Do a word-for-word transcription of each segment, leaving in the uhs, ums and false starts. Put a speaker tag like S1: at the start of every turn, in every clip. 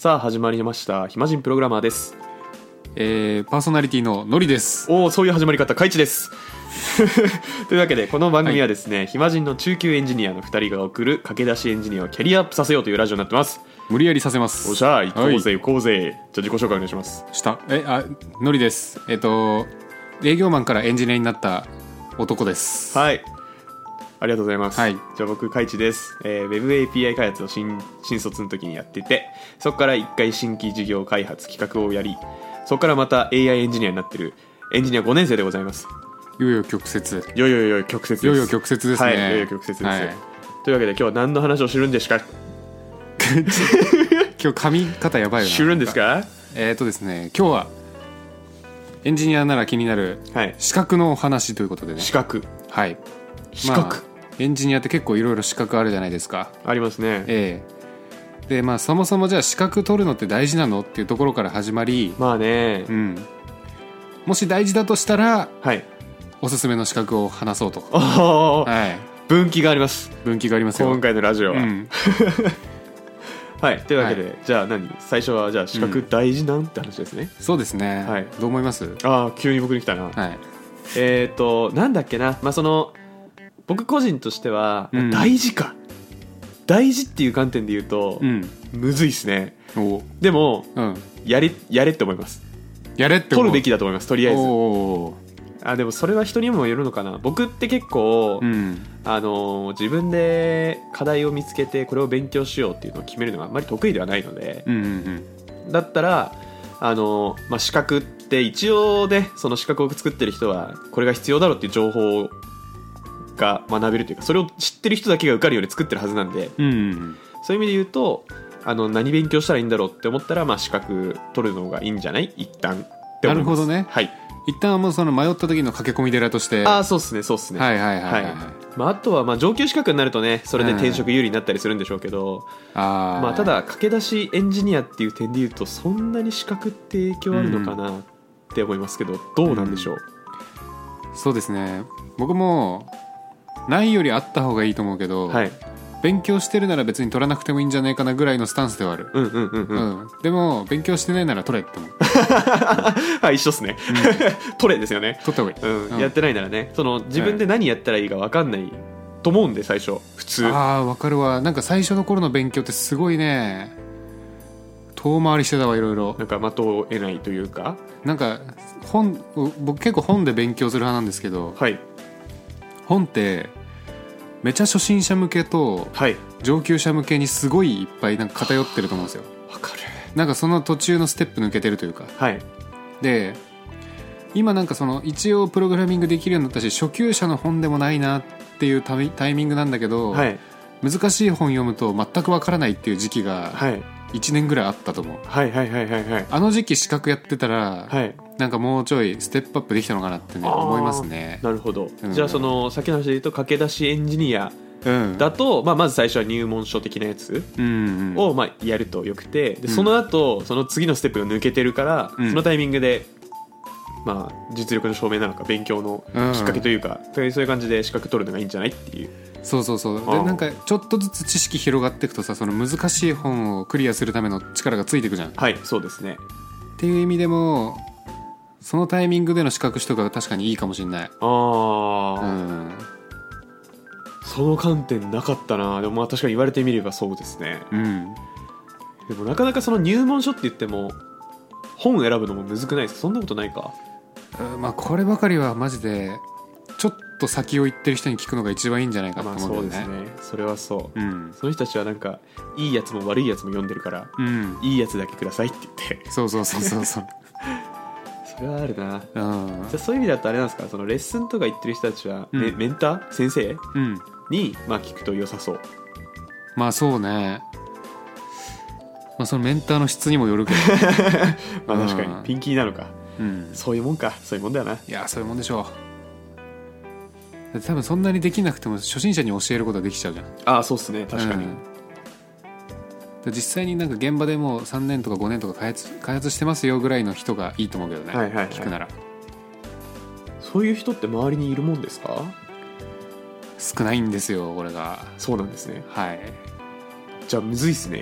S1: さあ始まりました暇人プログラマーです。
S2: えー、パーソナリティののりです。
S1: おお、そういう始まり方、カイチですというわけでこの番組はですね、はい、暇人の中級エンジニアのふたりが送る駆け出しエンジニアをキャリアアップさせようというラジオになってます。
S2: 無理やりさせます。
S1: おしゃー、行こうぜ行こうぜ。じゃあ自己紹介お願いします。
S2: したえあのりです。えっ、ー、と営業マンからエンジニアになった男です。
S1: はい、ありがとうございます、
S2: はい、
S1: じゃあ僕カイチです、えー、ウェブ エーピーアイ 開発を 新, 新卒の時にやってて、そこからいっかい新規事業開発企画をやり、そこからまた エーアイ エンジニアになってるエンジニアごねん生でございます。
S2: よよ曲折
S1: よよよよ曲折です。
S2: よよ曲折ですね。
S1: はい、よよ曲折です、
S2: はい、
S1: というわけで今日は何の話をするんですか
S2: 今日髪型やばいよな。
S1: するんですか。
S2: えーとですね今日はエンジニアなら気になる資格のお話ということでね。
S1: 資格、
S2: はい、
S1: 資格、
S2: まあ、エンジニアって結構いろいろ資格あるじゃないですか。
S1: ありますね。
S2: ええでまあ、そもそもじゃあ資格取るのって大事なのっていうところから始まり、
S1: まあね、
S2: うん、もし大事だとしたら、
S1: はい、
S2: おすすめの資格を話そうと。
S1: はい、分岐があります。
S2: 分岐がありますよ
S1: 今回のラジオは、うん、はいというわけで、はい、じゃあ何最初はじゃあ資格大事なん、うん、って話ですね。
S2: そうですね、はい、どう思います？
S1: ああ、急に僕に来たな、はい、えっ、ー、となんだっけな、まあその僕個人としては、うん、大事か大事っていう観点で言うと、うん、むずいっすね。おでも、うん、やれやれって思います。
S2: やれって
S1: 取るべきだと思います。とりあえず。
S2: お
S1: あでもそれは人にもよるのかな。僕って結構、うん、あの自分で課題を見つけてこれを勉強しようっていうのを決めるのがあんまり得意ではないので、うんうんうん、だったらあの、まあ、資格って一応で、ね、その資格を作ってる人はこれが必要だろうっていう情報が学べるというか、それを知ってる人だけが受かるように作ってるはずなんで、うんうん、そういう意味で言うとあの何勉強したらいいんだろうって思ったら、まあ、資格取るのがいいんじゃない一旦って思います。
S2: なるほどね。はい、一旦はもうその迷った時の駆け込み寺として。
S1: ああ、そうっすねそうっすね。
S2: はいはいはい、はいはい、
S1: まあ、あとはまあ上級資格になるとね、それで転職有利になったりするんでしょうけど、うん、あまあ、ただ駆け出しエンジニアっていう点で言うとそんなに資格って影響あるのかなって思いますけど、どうなんでしょう。
S2: うん、そうですね、僕もないよりあった方がいいと思うけど、はい、勉強してるなら別に取らなくてもいいんじゃないかなぐらいのスタンスではある。うんうんうんうん、うん、でも勉強してないなら取れって思う
S1: はい、一緒っすね、うん、取れですよね。
S2: 取った方がいい、
S1: うんうん、やってないならね、その自分で何やったらいいか分かんないと思うんで最初普通。
S2: ああ分かるわ。なんか最初の頃の勉強ってすごいね遠回りしてたわ。いろいろ
S1: なんか的を得ないというか、
S2: なんか本僕結構本で勉強する派なんですけど、はい、本ってめちゃ初心者向けと上級者向けにすごいいっぱいなんか偏ってると思うんですよ。
S1: わかる。
S2: なんかその途中のステップ抜けてるというか、はい、で今なんかその一応プログラミングできるようになったし、初級者の本でもないなっていうタイタイミングなんだけど、はい、難しい本読むと全くわからないっていう時期がいちねんぐらいあったと思う。はいはいはいはいはい。あの時期資格やってたら、はい、なんかもうちょいステップアップできたのかなってね思いますね。
S1: なるほど、うん、じゃあその先の話で言うと駆け出しエンジニアだと、うんまあ、まず最初は入門書的なやつをまあやるとよくて、でその後その次のステップが抜けてるから、うん、そのタイミングでまあ実力の証明なのか勉強のきっかけというか、うん、そういう感じで資格取るのがいいんじゃないっていう。
S2: そうそうそう。でなんかちょっとずつ知識広がっていくとさ、その難しい本をクリアするための力がついていくじゃん。
S1: はい、そうですね。
S2: っていう意味でもそのタイミングでの資格取得が確かにいいかもしれない。ああ、うん、
S1: その観点なかったな。でもまあ確かに言われてみればそうですね、うん、でもなかなかその入門書って言っても本選ぶのもむずくないですか。そんなことないか。
S2: うん、まあこればかりはマジでちょっと先を行ってる人に聞くのが一番いいんじゃないかと思うんだよね。
S1: まあそうですね、それはそう、うん、その人たちはなんかいいやつも悪いやつも読んでるから、うん、いいやつだけくださいって言って。
S2: そうそうそうそうそう
S1: それはあるな。じゃあそういう意味だとあれなんですか、そのレッスンとか行ってる人たちは、うん、メ, メンター先生、うん、にまあ聞くと良さそう。
S2: まあそうね、まあそのメンターの質にもよるけど
S1: まあ確かに、うん、ピンキーなのか、うん、そういうもんか。そういうもんだよな。い
S2: やそういうもんでしょう。多分そんなにできなくても初心者に教えることはできちゃうじゃん。
S1: ああそうっすね、確かに、
S2: うん、実際になんか現場でもうさんねんとかごねんとか開発、開発してますよぐらいの人がいいと思うけどね、はいはいはい、聞くなら。
S1: そういう人って周りにいるもんですか。
S2: 少ないんですよこれが。
S1: そうなんですね。
S2: はい。
S1: じゃあむずいっすね。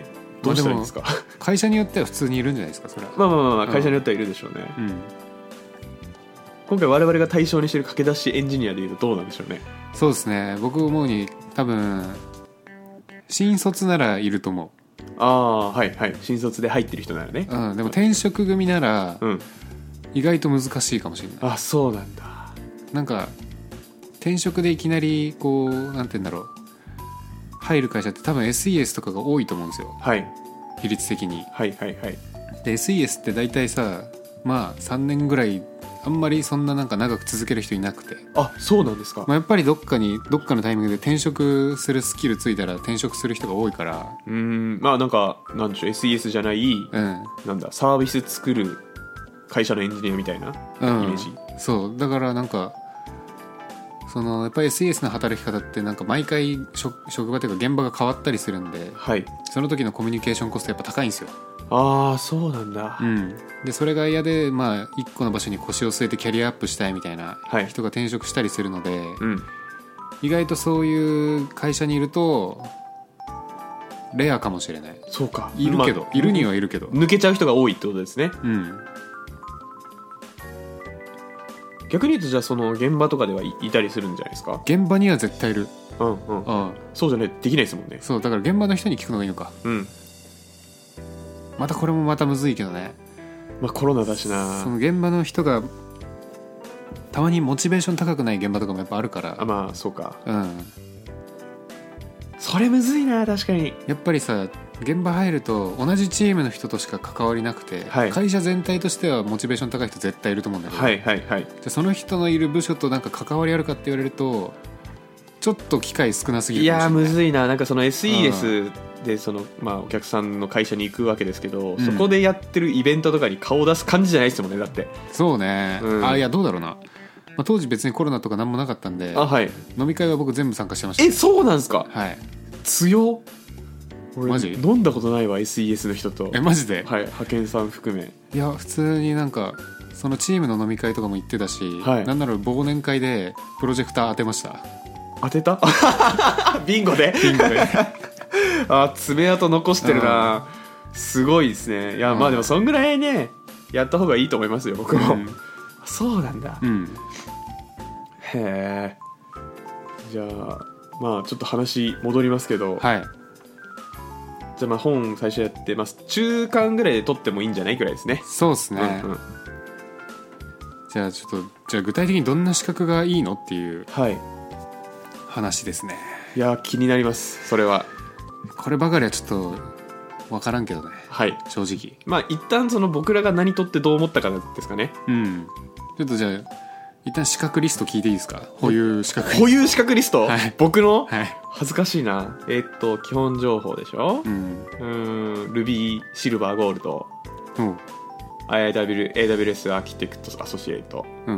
S1: どうしたらいいんですか、まあ、
S2: 会社によっては普通にいるんじゃないですかそれは。
S1: まあまあまあ会社によってはいるでしょうね、うん、今回我々が対象にしている駆け出しエンジニアでいうとどうなんでしょうね。
S2: そうですね、僕思うに多分新卒ならいると思う。
S1: ああはいはい、新卒で入ってる人ならね、
S2: うん、でも転職組なら意外と難しいかもしれない、
S1: うん、あそうなんだ。
S2: なんか転職でいきなりこうなんて言うんだろう、入る会社って多分 エスイーエス とかが多いと思うんですよ、
S1: はい、
S2: 比率的に。
S1: はいはいはい。
S2: で エスイーエス って大体さ、まあさんねんぐらいあんまりそんななんか長く続ける人いなくて。
S1: あそうなんですか、
S2: まあ、やっぱりどっかにどっかのタイミングで転職するスキルついたら転職する人が多いから。
S1: うーんまあなんかなんでしょう エスイーエス じゃない、うん、なんだサービス作る会社のエンジニアみたいなイメージ、
S2: うん、そうだからなんかそのやっぱり エスイーエス の働き方ってなんか毎回 職, 職場というか現場が変わったりするんで、はい、その時のコミュニケーションコストやっぱ高いんですよ。
S1: ああそうなんだ、
S2: うん、でそれが嫌で、まあ、一個の場所に腰を据えてキャリアアップしたいみたいな人が転職したりするので、はいうん、意外とそういう会社にいるとレアかもしれない。
S1: そうか、
S2: いるけど、まあ、いるにはいるけど
S1: 抜けちゃう人が多いってことですね。うん逆に言うとじゃあその現場とかではいたりするんじゃないですか。
S2: 現場には絶対いる。
S1: うんうん、ああそうじゃないできないですもんね。
S2: そうだから現場の人に聞くのがいいのか。うんまたこれもまたむずいけどね。
S1: まあコロナだしな。
S2: その現場の人がたまにモチベーション高くない現場とかもやっぱあるから。
S1: あまあそうか。うんそれむずいな確かに。
S2: やっぱりさ現場入ると同じチームの人としか関わりなくて、はい、会社全体としてはモチベーション高い人絶対いると思うんだけど、はいはいはい、じゃその人のいる部署となんか関わりあるかって言われるとちょっと機会少なすぎるかもしれない。
S1: いやむずいな。なんかその エスイーエス でその、まあ、お客さんの会社に行くわけですけど、うん、そこでやってるイベントとかに顔を出す感じじゃないですもんねだって。
S2: そうね、うん、あいやどうだろうな、まあ、当時別にコロナとか何もなかったんで、あ、はい、飲み会は僕全部参加してました。
S1: えそうなんですか。
S2: はい
S1: 強っ。俺
S2: マジ
S1: 飲んだことないわ エスイーエス の人と。
S2: えマジで。
S1: はい派遣さん含め。
S2: いや普通になんかそのチームの飲み会とかも行ってたし、はい、なんなら忘年会でプロジェクター当てました。
S1: 当てたビンゴで
S2: ビンゴで
S1: あ爪痕残してるな、うん、すごいですね。いや、うん、まあでもそんぐらいねやった方がいいと思いますよ僕も、うん、そうなんだ、うん、へえ。じゃあまあちょっと話戻りますけど、はい、じゃあまあ本最初やってます。中間ぐらいで撮ってもいいんじゃないくらいですね。
S2: そうですね、うんうん、じゃあちょっとじゃあ具体的にどんな資格がいいのっていう話ですね、はい、
S1: いや気になりますそれは。
S2: こればかりはちょっと分からんけどね、はい、正直。
S1: まあ一旦その僕らが何取ってどう思ったかですかね。
S2: うんちょっとじゃあ一旦資格リスト聞いていいですか。保有資格リス
S1: ト。保有資格リスト、はい、僕の、
S2: はい、
S1: 恥ずかしいな。えー、っと基本情報でしょ、うん、うーん Ruby シルバーゴールド、うん、エーダブリュー エーダブリューエス アーキテクトアソシエイト、うん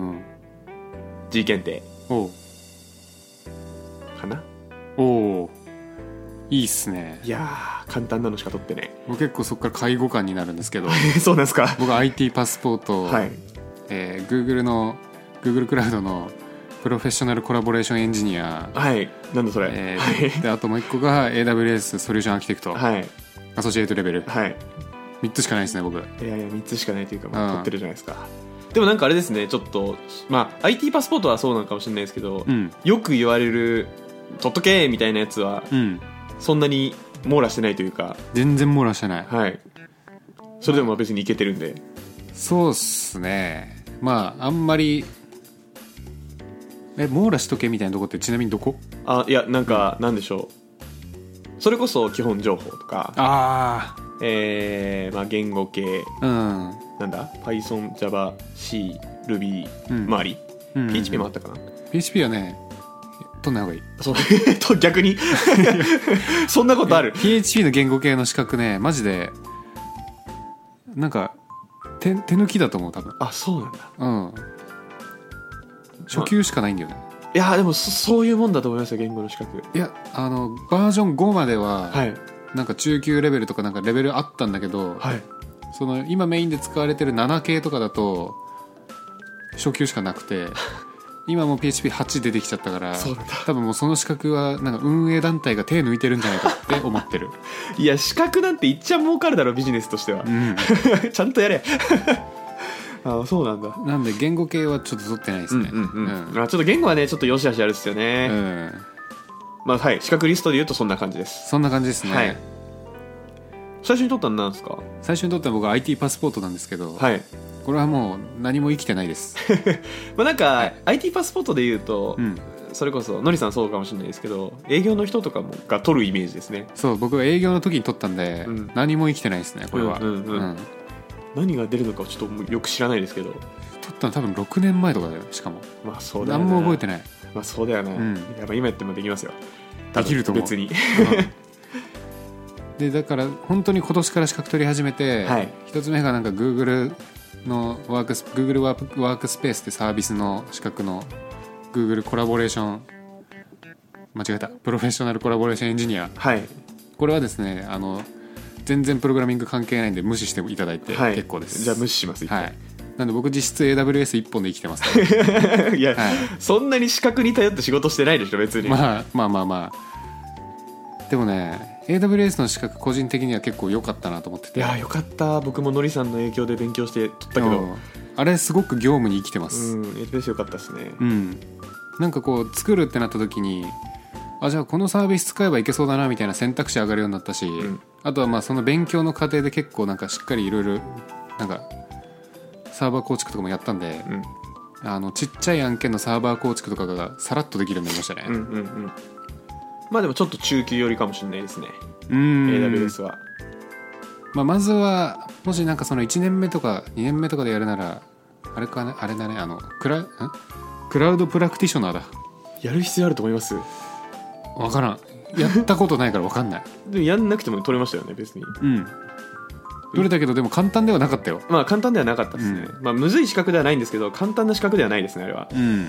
S1: 、G 検定おかな。
S2: おいいっすね。
S1: いやー簡単なのしか取ってね。
S2: 僕結構そこから介護官になるんですけど
S1: そうなんですか。
S2: 僕 アイティー パスポート、はいえー、Google のGoogle クラウドのプロフェッショナルコラボレーションエンジニア。
S1: はいなんだそれ、
S2: えー、であともう一個が エーダブリューエス ソリューションアーキテクト、はい、アソシエイトレベル、はい、みっつしかないですね僕。い
S1: やいやみっつしかないというか、まあ、取ってるじゃないですか。でもなんかあれですねちょっとまあ アイティー パスポートはそうなのかもしれないですけど、うん、よく言われる取っとけみたいなやつは、うん、そんなに網羅してないというか。
S2: 全然網羅してない。
S1: はいそれでも別にいけてるんで。
S2: そうっすね。まああんまりえ網羅しとけみたいなとこってちなみにどこ。
S1: あいやなんかなんでしょう、それこそ基本情報とかあえー、まあ言語系、うん、なんだ Python、Java、C、Ruby、うん、周り、うん、ピーエイチピー もあったかな。
S2: ピーエイチピー はね取んない方がいい。
S1: そうと逆にそんなことある。
S2: ピーエイチピー の言語系の資格ねマジでなんか 手, 手抜きだと思う多分。
S1: あそうなんだ。うん
S2: 初級しかないんだよね、ま
S1: あ、いやでも そ, そういうもんだと思いますよ言語の資格。
S2: いやあのバージョンごまでは、はい、なんか中級レベルとかなんかレベルあったんだけど、はい、その今メインで使われてるなな系とかだと初級しかなくて今もう ピーエイチピーはち 出てきちゃったから、多分もうその資格はなんか運営団体が手抜いてるんじゃないかって思ってる
S1: いや資格なんていっちゃ儲かるだろビジネスとしては、うん、ちゃんとやれああそうなんだ。
S2: なんで言語系はちょっと取ってないですね。
S1: うんうんうん、うん、あちょっと言語はねちょっとよしあしあるっすよね、うん、まあはい資格リストで言うとそんな感じです。
S2: そんな感じですね、はい、
S1: 最初に取ったのなんですか？
S2: 最初に取ったのは僕は アイティー パスポートなんですけど、はい、これはもう何も生きてないです
S1: まあなんか、はい、アイティー パスポートで言うと、うん、それこそのりさんそうかもしれないですけど営業の人とかもが取るイメージですね。
S2: そう僕は営業の時に取ったんで、うん、何も生きてないですねこれは、うんうんうんうん、
S1: 何が出るのかちょっとよく知らないですけど
S2: 取ったの多分ろくねんまえとかだよしかも。
S1: まあそうだよな
S2: 何も覚えてない。
S1: まあそうだよな、うん、やっぱ今やってもできますよ
S2: できると思う別に、うんでだから本当に今年から資格取り始めて、はい、一つ目がなんか Google のワークス Google ワーク、ワークスペースってサービスの資格の Google コラボレーション間違えたプロフェッショナルコラボレーションエンジニア、はい、これはですねあの全然プログラミング関係ないんで無視していただいて結構です、はい、
S1: じゃあ無視します、はい、
S2: なんで僕実質 エーダブリューエス 一本で生きてますから、
S1: ね、いや、はい、そんなに資格に頼って仕事してないでしょ別に、
S2: まあ、まあまあまあでもねエーダブリューエス の資格個人的には結構良かったなと思ってて。
S1: いや良かった僕ものりさんの影響で勉強して取ったけど
S2: あれすごく業務に生きてます。
S1: うん エーダブリューエス 良かったですね。
S2: うんなんかこう作るってなった時にあじゃあこのサービス使えばいけそうだなみたいな選択肢上がるようになったし、うん、あとはまあその勉強の過程で結構なんかしっかりいろいろなんかサーバー構築とかもやったんで、うん、あのちっちゃい案件のサーバー構築とかがさらっとできるようになりましたね。うんうんうん
S1: まあでもちょっと中級寄りかもしれないですね エーダブリューエス は、
S2: まあ、まずはもしなんかそのいちねんめとかにねんめとかでやるならあれかねあれだねあのクラ、んクラウドプラクティショナーだ。
S1: やる必要あると思います？
S2: 分からんやったことないから分かんない
S1: でもやんなくても取れましたよね別に。うん
S2: 取れたけどでも簡単ではなかったよ。
S1: まあ簡単ではなかったですね、うんまあ、むずい資格ではないんですけど簡単な資格ではないですねあれは。うん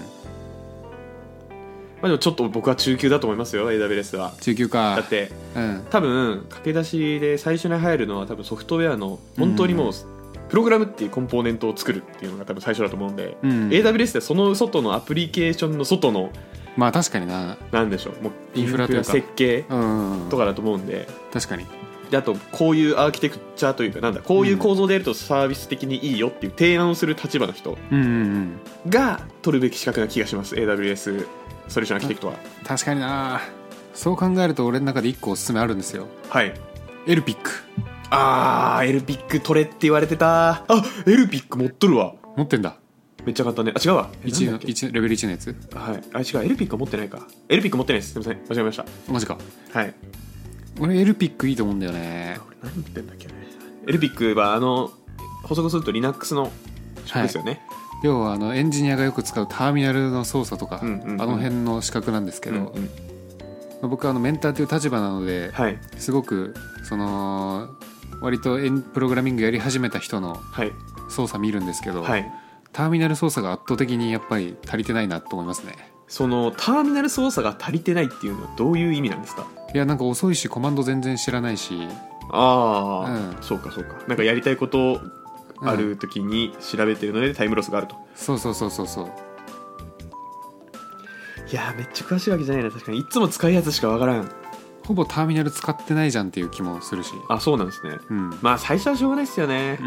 S1: まあ、でもちょっと僕は中級だと思いますよ エーダブリューエス は。
S2: 中級か。
S1: だって、うん、多分駆け出しで最初に入るのは多分ソフトウェアの本当にもうプログラムっていうコンポーネントを作るっていうのが多分最初だと思うんで、うん、エーダブリューエス ってその外のアプリケーションの外の
S2: まあ確かにな
S1: なんでしょうもうインフラというか設計とかだと思うんで、
S2: 確かに。
S1: であとこういうアーキテクチャというかなんだこういう構造でやるとサービス的にいいよっていう提案をする立場の人が取るべき資格な気がします エーダブリューエス ソリューションアーキテクトは。
S2: 確かにな。そう考えると俺の中でいっこおすすめあるんですよ。はい。エルピック。
S1: あーエルピック取れって言われてた。あエルピック持っとるわ。
S2: 持ってんだ。
S1: めっちゃ簡単ね。あ違うわ
S2: いちのいちレベルいちのやつ。
S1: はいあ違うエルピックは持ってないか。エルピック持ってないですすみません間違えました。
S2: マジか。
S1: はい
S2: 俺エルピックいいと思うんだよね。
S1: 俺何言ってんだっけね。エルピックはあの補足すると Linux の資格ですよね、はい
S2: 要はあのエンジニアがよく使うターミナルの操作とか、うんうんうん、あの辺の資格なんですけど、うんうんまあ、僕はあのメンターという立場なので、はい、すごくその割とプログラミングやり始めた人の操作見るんですけど、はい、ターミナル操作が圧倒的にやっぱり足りてないなと思いますね。
S1: そのターミナル操作が足りてないっていうのはどういう意味なんですか？
S2: いやなんか遅いしコマンド全然知らないし。
S1: ああ、うん、そうかそうか。なんかやりたいことある時に調べてるのでタイムロスがあると、うん、
S2: そうそうそうそうそう。
S1: いやめっちゃ詳しいわけじゃないな。確かにいつも使うやつしかわからん。
S2: ほぼターミナル使ってないじゃんっていう気もするし。
S1: あそうなんですね、うん、まあ最初はしょうがないですよね、うん、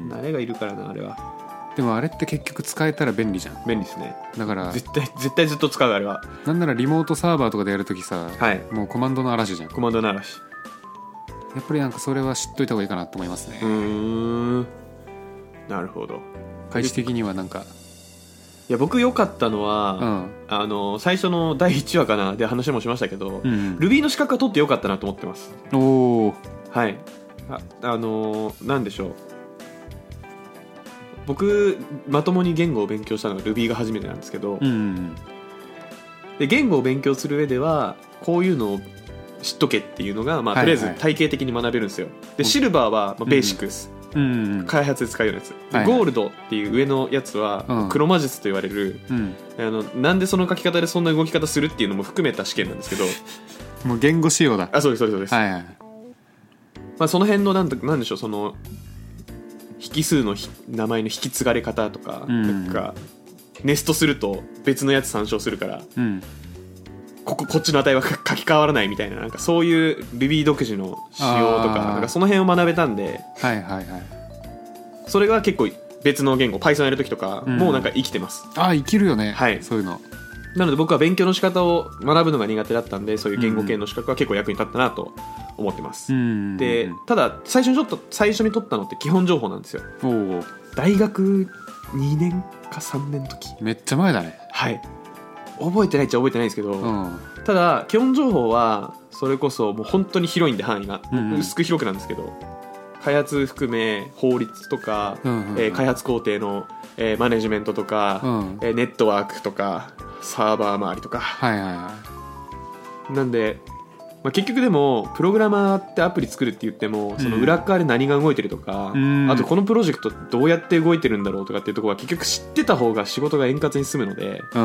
S1: 慣れがいるからなあれは。
S2: でもあれって結局使えたら便利じゃん。
S1: 便利ですね。だ
S2: から
S1: 絶対絶対ずっと使うあれは。
S2: なんならリモートサーバーとかでやるときさ、はい、もうコマンドの嵐じゃん。
S1: コマンドの嵐。
S2: やっぱりなんかそれは知っといた方がいいかなと思いますね。
S1: うーんなるほど。
S2: 開始的にはなんか
S1: いや僕良かったのは、うん、あの最初のだいいちわかなで話もしましたけど、うんうん、Ruby の資格は取って良かったなと思ってます。おはい あ, あのなんでしょう僕まともに言語を勉強したのが Ruby が初めてなんですけど、うんうん、で言語を勉強する上ではこういうのを知っとけっていうのが、まあ、とりあえず体系的に学べるんですよ、はいはい、でシルバーは、まあ、ベーシックです、うんうん、開発で使うようなやつ、はいはい、ゴールドっていう上のやつは、うん、黒魔術と言われる、うん、あのなんでその書き方でそんな動き方するっていうのも含めた試験なんですけど
S2: もう言語仕様だ。
S1: あそうですそうですそうです、はいはいまあ、その辺のなんとなんでしょうその引数の名前の引き継がれ方とか、うん、なんかネストすると別のやつ参照するから、
S2: うん、
S1: こここっちの値は書き換わらないみたいな、なんかそういう Ruby 独自の仕様とか、なんかその辺を学べたんで、
S2: はいはいはい、
S1: それが結構別の言語 Python やるときとか、うん、もうなんか生きてます。
S2: ああ生きるよね、
S1: はい、
S2: そういうの。
S1: なので僕は勉強の仕方を学ぶのが苦手だったんで、そういう言語系の資格は結構役に立ったなと思ってます、うん、でただ最初にちょっと最初に取ったのって基本情報なんですよ。お大学にねんかさんねんの時、
S2: めっちゃ前だね。
S1: はい覚えてないっちゃ覚えてないんですけど、うん、ただ基本情報はそれこそもう本当に広いんで範囲が、うんうん、薄く広くなんですけど、開発含め法律とか、うんうんうん、えー、開発工程の、えー、マネジメントとか、うん、えー、ネットワークとかサーバー周りとか、はいはいはい、なんで、まあ、結局でもプログラマーってアプリ作るって言っても、その裏側で何が動いてるとか、うん、あとこのプロジェクトどうやって動いてるんだろうとかっていうところは結局知ってた方が仕事が円滑に進むので、うん、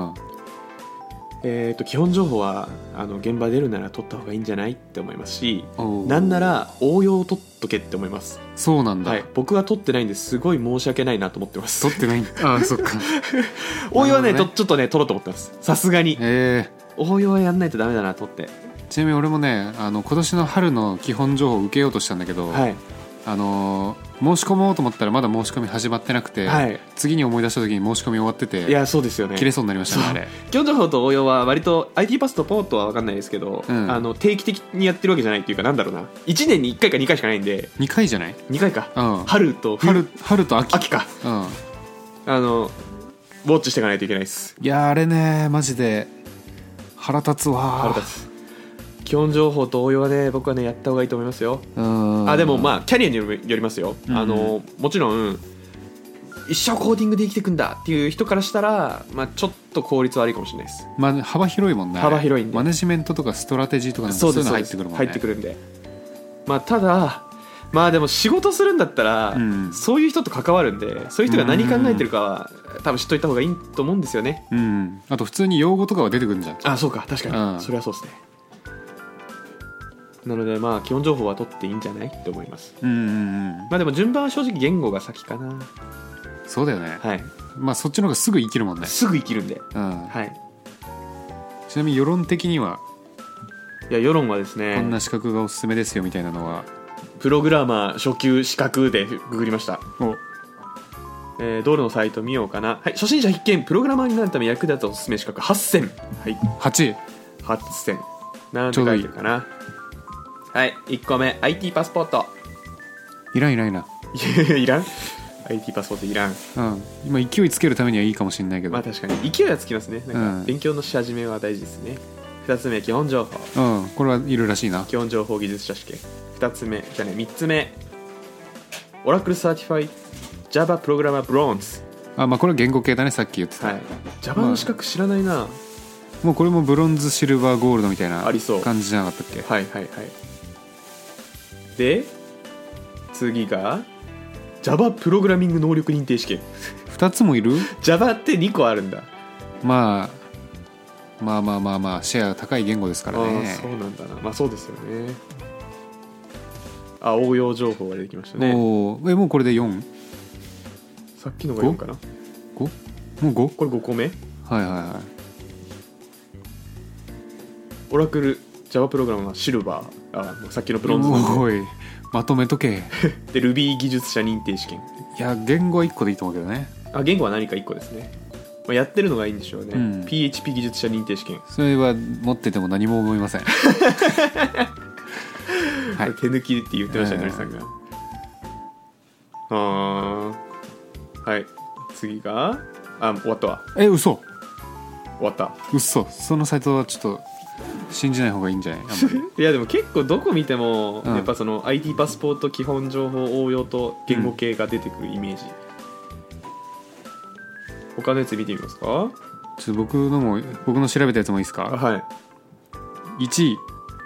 S1: えー、と基本情報はあの現場出るなら取った方がいいんじゃないって思いますし、なんなら応用を取っとけって思います。
S2: そうなんだ、
S1: はい、僕は取ってないんですごい申し訳ないなと思ってます。
S2: 取ってないああそっか
S1: 応用はね、ねちょっとね取ろうと思ってます。さすがに、えー、応用はやんないとダメだなと思って。
S2: ちなみに俺もね、あの今年の春の基本情報を受けようとしたんだけど、はい、あのー、申し込もうと思ったらまだ申し込み始まってなくて、はい、次に思い出した時に申し込み終わってて、
S1: いやそうですよね、
S2: 切れそうになりましたね。あれ
S1: 基本情報と応用は割と アイティー パスとポートは分かんないですけど、うん、あの定期的にやってるわけじゃないっていうか、なんだろうな、いちねんにいっかいかにかいしかないんで。
S2: にかいじゃない？
S1: にかいか、うん、春と
S2: 冬 春, 春と 秋,
S1: 秋か、うん、あのウォッチしていかないといけないです。
S2: いやあれねマジで腹立つわ。
S1: 腹立つ。基本情報と応用はね、僕はねやった方がいいと思いますよ。あでもまあキャリアによりますよ、うん、あのもちろん一生コーディングで生きていくんだっていう人からしたら、まあ、ちょっと効率悪いかもしれないです。
S2: まあ、幅広いもんね。
S1: 幅広いんで
S2: マネジメントとかストラテジーとかそういうの入ってくるもんね。
S1: 入ってくるんで、まあ、ただまあでも仕事するんだったら、うん、そういう人と関わるんで、そういう人が何考えてるかは、うん、多分知っといた方がいいと思うんですよね、
S2: うん、あと普通に用語とかは出てくるんじゃん。
S1: あそうか確かに、うん、それはそうですね。なのでまあ基本情報は取っていいんじゃないって思います、うんうんうん、まあでも順番は正直言語が先かな。
S2: そうだよね、
S1: はい、
S2: まあそっちの方がすぐ生きるもんね。
S1: すぐ生きるんで、うん、はい。
S2: ちなみに世論的には、
S1: いや世論はですね、
S2: こんな資格がおすすめですよみたいなのは、
S1: プログラマー初級資格でググりました。お、えー、道路のサイト見ようかな。はい、初心者必見プログラマーになるため役立つおすすめ資格はっせん、はい、はち はっせんなんて書いてるかな。はい、いっこめ アイティー パスポート。
S2: いらんいらんいらん
S1: いらん アイティー パスポートいらん、
S2: うん、今勢いつけるためにはいいかもしれないけど、
S1: まあ確かに勢いはつきますね。なんか勉強のし始めは大事ですね。ふたつめ基本情報、
S2: うん、これはいるらしいな。
S1: 基本情報技術者試験。ふたつめじゃねみっつめオラクルサーティファイ Java プログラマーブロンズ。
S2: あ、まあこれは言語系だね、さっき言ってた、はい、
S1: Java の資格知らないな、まあ、
S2: もうこれもブロンズシルバーゴールドみたいな感じじゃなかったっけ。
S1: はいはいはい。で次が Java プログラミング能力認定試験
S2: ふたつもいる。
S1: Java ってにこあるんだ。
S2: まあまあまあまあまあシェア高い言語ですからね。
S1: あそうなんだな。まあそうですよね。あ応用情報が出てきましたね。
S2: おえもうこれでよん。
S1: さっきのがよんかな。
S2: ご? もう ご?
S1: これごこめ。
S2: はいはいはい。
S1: オラクル Java プログラムはシルバー、あさっきのブロンズ
S2: のおいまとめとけ
S1: で Ruby 技術者認定試験。
S2: いや言語はいっこでいいと思うけどね。
S1: あ言語は何かいっこですね。まあ、やってるのがいいんでしょうね、うん、ピーエイチピー 技術者認定試験。
S2: それは持ってても何も思いません
S1: はい、手抜きって言ってましたね、のりさんが。あはい次があ終わったわ。
S2: え嘘
S1: 終わった。
S2: 嘘。そのサイトはちょっと信じない方がいいんじゃない。あんま
S1: りいやでも結構どこ見ても、うん、やっぱその アイティー パスポート基本情報応用と言語系が出てくるイメージ、うん、他のやつ見てみますか。ちょ
S2: っと僕のも僕の調べたやつもいいですか。
S1: はい。
S2: いちい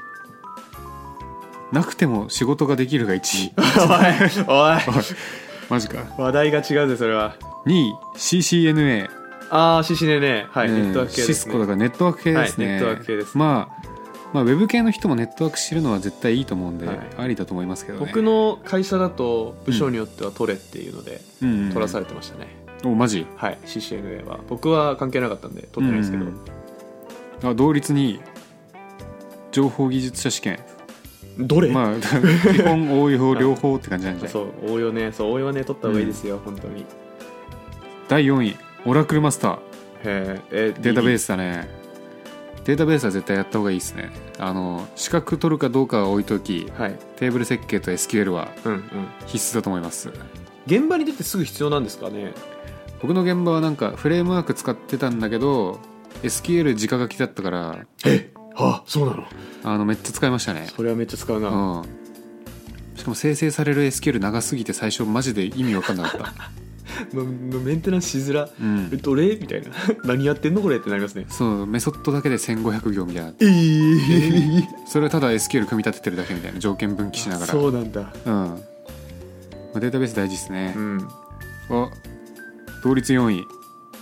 S2: なくても仕事ができるがいちい
S1: おいおい
S2: マジか。
S1: 話題が違うぜそれは。
S2: にい シーシーエヌエー。
S1: ああ シーシーエヌエー はい、ね、ネットワーク系ですね。
S2: シスコだからネットワーク系ですね、
S1: はい、ネットワーク系です、ね、
S2: まあまあ、ウェブ系の人もネットワーク知るのは絶対いいと思うんで、はい、ありだと思いますけどね。
S1: 僕の会社だと部署によっては取れっていうので、うん、取らされてましたね、
S2: おマジ？
S1: はい シーシーエヌエー は僕は関係なかったんで取ってないですけど、うん
S2: うん、あ同率に情報技術者試験
S1: どれ？
S2: まあ基本応用両方って感じなんじゃない？
S1: そう応用ねそう応用ね取った方がいいですよ、うん、本当に。
S2: だいよんいオラクルマスター。
S1: へえ
S2: データベースだね。データベースは絶対やった方がいいですね。あの資格取るかどうかは置いとき、はい、テーブル設計と エスキューエル は必須だと思います、うんうん、
S1: 現場に出てすぐ必要なんですかね？
S2: 僕の現場はなんかフレームワーク使ってたんだけど エスキューエル 直書きだったから。
S1: えはあそうなの？
S2: あのめっちゃ使いましたね。
S1: それはめっちゃ使うな、うん、
S2: しかも生成される エスキューエル 長すぎて最初マジで意味分かんなかった
S1: メンテナンスしづら、うん、どれみたいな何やってんのこれってなりますね。
S2: そうメソッドだけでせんごひゃくぎょうみたいな。
S1: えー、
S2: それはただ エスキューエル 組み立ててるだけみたいな。条件分岐しながら。
S1: そうなんだ。
S2: うん、まあ、データベース大事ですね、うん、あ同率よんい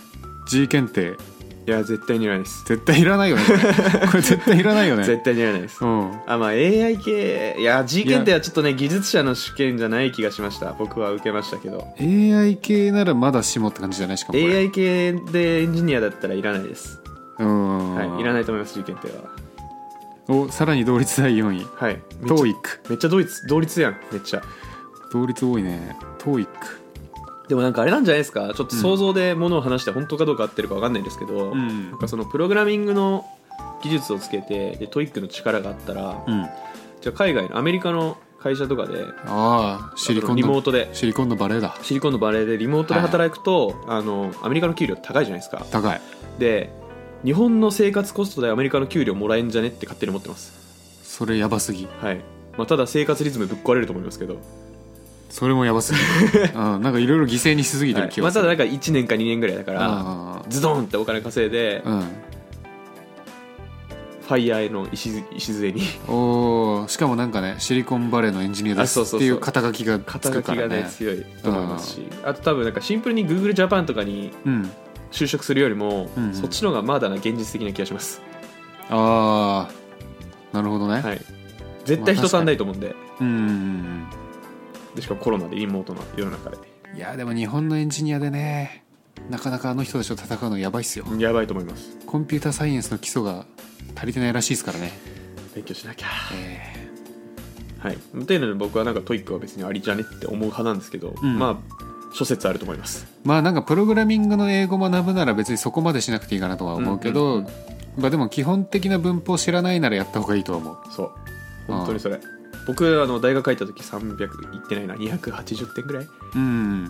S2: G 検定。
S1: いや絶対にいらないです。
S2: 絶対いらないよねこれ絶対いらないよね
S1: 絶対にいらないです、うん、あまあ エーアイ 系いや G 検定はちょっとね技術者の試験じゃない気がしました。僕は受けましたけど
S2: エーアイ 系ならまだしもって感じじゃない？しかもこれ
S1: エーアイ 系でエンジニアだったらいらないです。うん、はい、いらないと思います G 検定は。
S2: おさらに同率だいよんい、
S1: はい、
S2: トーイック。
S1: めっちゃ同率同率やん。めっちゃ
S2: 同率多いね。トーイック
S1: でもなんかあれなんじゃないですか。ちょっと想像でものを話して本当かどうか合ってるか分かんないんですけど、うん、なんかそのプログラミングの技術をつけてでトイックの力があったら、うん、じゃあ海外のアメリカの会社とかで
S2: あシリコンの
S1: リモートで
S2: シリコンのバレーだ
S1: シリコンのバレーでリモートで働くと、はい、あのアメリカの給料高いじゃないですか。
S2: 高い
S1: で日本の生活コストでアメリカの給料もらえんじゃねって勝手に思ってます。
S2: それやばすぎ。
S1: はい、まあ、ただ生活リズムぶっ壊れると思いますけど
S2: それもやばすぎるあなんかいろいろ犠牲にしすぎてる気がする、
S1: はい、まあ、ただなんかいちねんかにねんぐらいだからズドンってお金稼いで、うん、ファイヤーへの礎に
S2: おしかもなんかねシリコンバレーのエンジニアですっていう肩書きがつくからね。
S1: 肩書きがね強いと思いますし、あと多分なんかシンプルに Google Japan とかに就職するよりも、うんうん、そっちの方がまだな現実的な気がします。
S2: ああなるほどね、
S1: はい、絶対人足んないと思うんで、
S2: うんうんうん
S1: でしかもコロナでリモートの世の中で。
S2: いやでも日本のエンジニアでねなかなかあの人たちと戦うのやばいっすよ。
S1: やばいと思います。
S2: コンピューターサイエンスの基礎が足りてないらしいですからね。
S1: 勉強しなきゃ、えー、はい。というので僕はなんかトイックは別にありじゃねって思う派なんですけど、うん、まあ諸説あると思います。
S2: まあなんかプログラミングの英語を学ぶなら別にそこまでしなくていいかなとは思うけど、うんうんうん、まあでも基本的な文法知らないならやった方がいいと思う。
S1: そう本当にそれ。僕あの大学入った時さんびゃくいってないなにひゃくはちじゅってんぐらい、うん、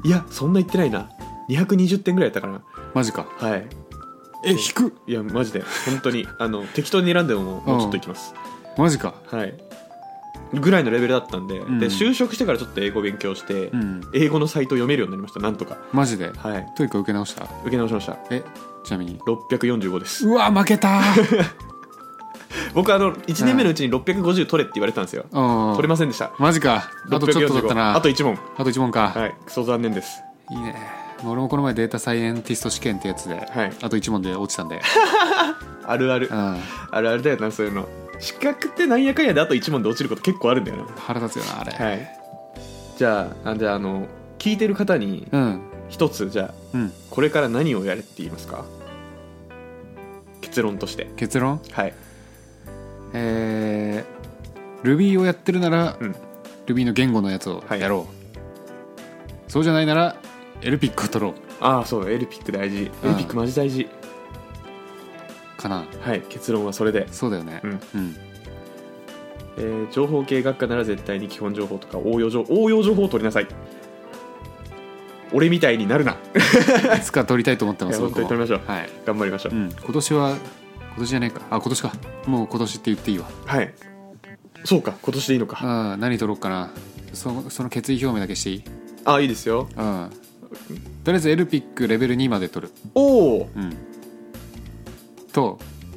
S1: いやそんないってないなにひゃくにじゅってんぐらいやったかな。
S2: マジか。
S1: はい。
S2: え引く。
S1: いやマジで本当にあの適当に選んでももうちょっといきます、
S2: うん、マジか。
S1: はいぐらいのレベルだったんで、うん、で就職してからちょっと英語勉強して、うん、英語のサイトを読めるようになりました。なんとか。
S2: マジで。
S1: はい。
S2: トイック受け直した。
S1: 受け直しました。
S2: えちなみに
S1: ろっぴゃくよんじゅうごです。
S2: うわ負けた
S1: 僕あのいちねんめのうちにろっぴゃくごじゅう取れって言われてたんですよ、うん、取れませんでした。
S2: マジか。あとちょっとだったな。
S1: あといち問。
S2: あといち問か。
S1: はい。クソ残念です。
S2: いいね。俺もこの前データサイエンティスト試験ってやつで、はい、あといち問で落ちたんで
S1: あるある、うん、あるあるだよなそういうの。資格ってなんやかんやであといち問で落ちること結構あるんだよな。
S2: 腹立つよなあれ、
S1: はい、じゃあ、あじゃあ、あの聞いてる方に一つ、うん、じゃあ、うん、これから何をやれって言いますか。結論として。
S2: 結論。
S1: はい。
S2: えー、Ruby をやってるなら、うん、Ruby の言語のやつをやろう、はい、そうじゃないなら エルピック を取ろう。
S1: ああそう エルピック 大事、うん、エルピック マジ大事
S2: かな。
S1: はい。結論はそれで。
S2: そうだよね。うん、うん
S1: えー、情報系学科なら絶対に基本情報とか応用情報応用情報を取りなさい。俺みたいになるな。
S2: いつか取りたいと思ってます。
S1: 本当に取りましょう、はい、頑張りましょう、うん、
S2: 今年は今年じゃないか。あ今年か。もう今年って言っていいわ。
S1: はい。そうか今年でいいのか。
S2: あ何取ろうかな。 そ, その決意表明だけしていい。
S1: あいいですよ。
S2: うんとりあえず エルピック レベルにまで取る。
S1: おお、うん、
S2: と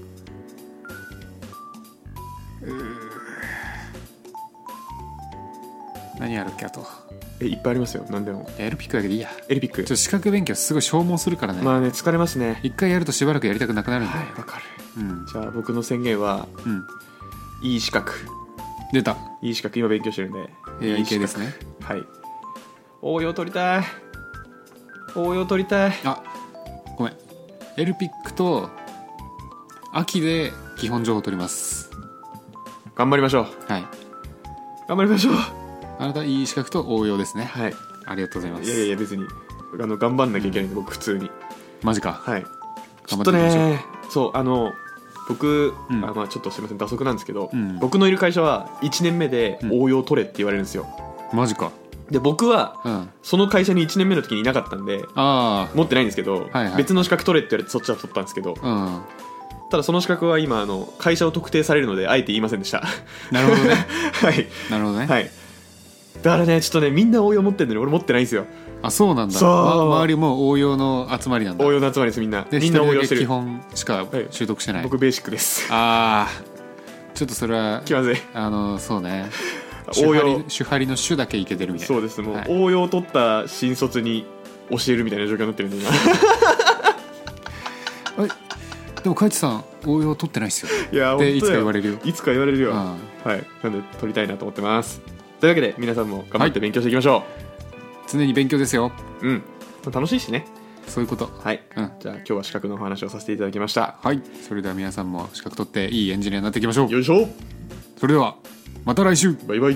S2: 何やるっけ。あと
S1: えいっぱいありますよ。何でも。
S2: エルピックだけでいいや。
S1: エルピックちょっ
S2: と資格勉強すごい消耗するからね。
S1: まあね疲れますね。
S2: 一回やるとしばらくやりたくなくなるんで。
S1: はいわかる、うん、じゃあ僕の宣言は、うん、いい資格
S2: 出た。
S1: いい資格今勉強してるんで
S2: エーアイ 系ですね。
S1: はい応用取りたい。 応用取りたい。
S2: あ、ごめん、エルピックと秋で基本情報取ります。
S1: 頑張りましょう。
S2: はい、
S1: 頑張りましょう。
S2: あなたいい資格と応用ですね。
S1: はい、
S2: ありがとうございます。
S1: いやいや別にあの頑張んなきゃいけないんで、僕普通に。
S2: マジか。
S1: はい、ちょっとね、そうあの僕、うん、あまあちょっとすみません打足なんですけど、うん、僕のいる会社はいちねんめで応用取れって言われるんですよ、
S2: うん、マジか。
S1: で僕は、うん、その会社にいちねんめの時にいなかったんで
S2: あ
S1: 持ってないんですけど、はいはい、別の資格取れって言われてそっちは取ったんですけど、うん、ただその資格は今あの会社を特定されるのであえて言いませんでした。
S2: なるほどね。
S1: はい
S2: なるほどね。
S1: はい、だからねちょっとねみんな応用持ってるのに俺持ってないんですよ。
S2: あ、そうなんだ。そう、ま、周りも応用の集まりなんだ。
S1: 応用の集まりですみんな。
S2: で
S1: みんな応用してる。
S2: 基本しか習得してない、
S1: はい、僕ベーシックです。
S2: ああ、ちょっとそれは
S1: 気まずい。
S2: あのそうね、
S1: 応用
S2: 手張りの手だけいけてるみたいな。
S1: そうです。もう、はい、応用を取った新卒に教えるみたいな状況になってるんで今。
S2: でもカイチさん応用取ってないっすよ。
S1: いや
S2: でいつか言われるよ。
S1: いつか言われるよ、うん、はい。なんで取りたいなと思ってます。というわけで皆さんも頑張って勉強していきましょう、はい、
S2: 常に勉強ですよ。
S1: うん、楽しいしね。
S2: そういうこと。
S1: はい、うん、じゃあ今日は資格のお話をさせていただきました。
S2: はい、それでは皆さんも資格取っていいエンジニアになっていきましょう。
S1: よいしょ。
S2: それではまた来週。
S1: バイバイ。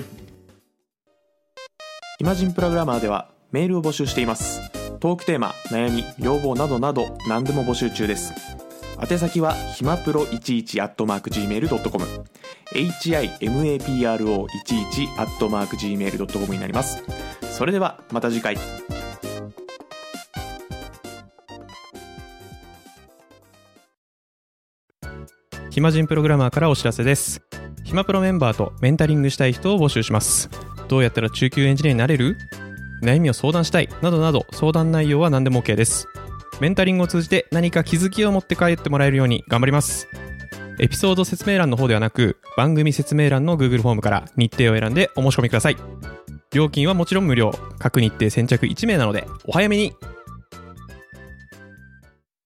S1: イマジンプログラマーではメールを募集しています。トークテーマ、悩み、要望などなど何でも募集中です。宛先はひまプロいちいちアットマークジーメールドットコム エイチアイエムエーピーアールオーいちいちアットマークジーメールドットコム になります。それではまた次回。
S3: ひまじんプログラマーからお知らせです。ひまプロメンバーとメンタリングしたい人を募集します。どうやったら中級エンジニアになれる？悩みを相談したいなどなど相談内容は何でも OK です。メンタリングを通じて何か気づきを持って帰ってもらえるように頑張ります。エピソード説明欄の方ではなく番組説明欄の Google フォームから日程を選んでお申し込みください。料金はもちろん無料。各日程先着いち名なのでお早めに。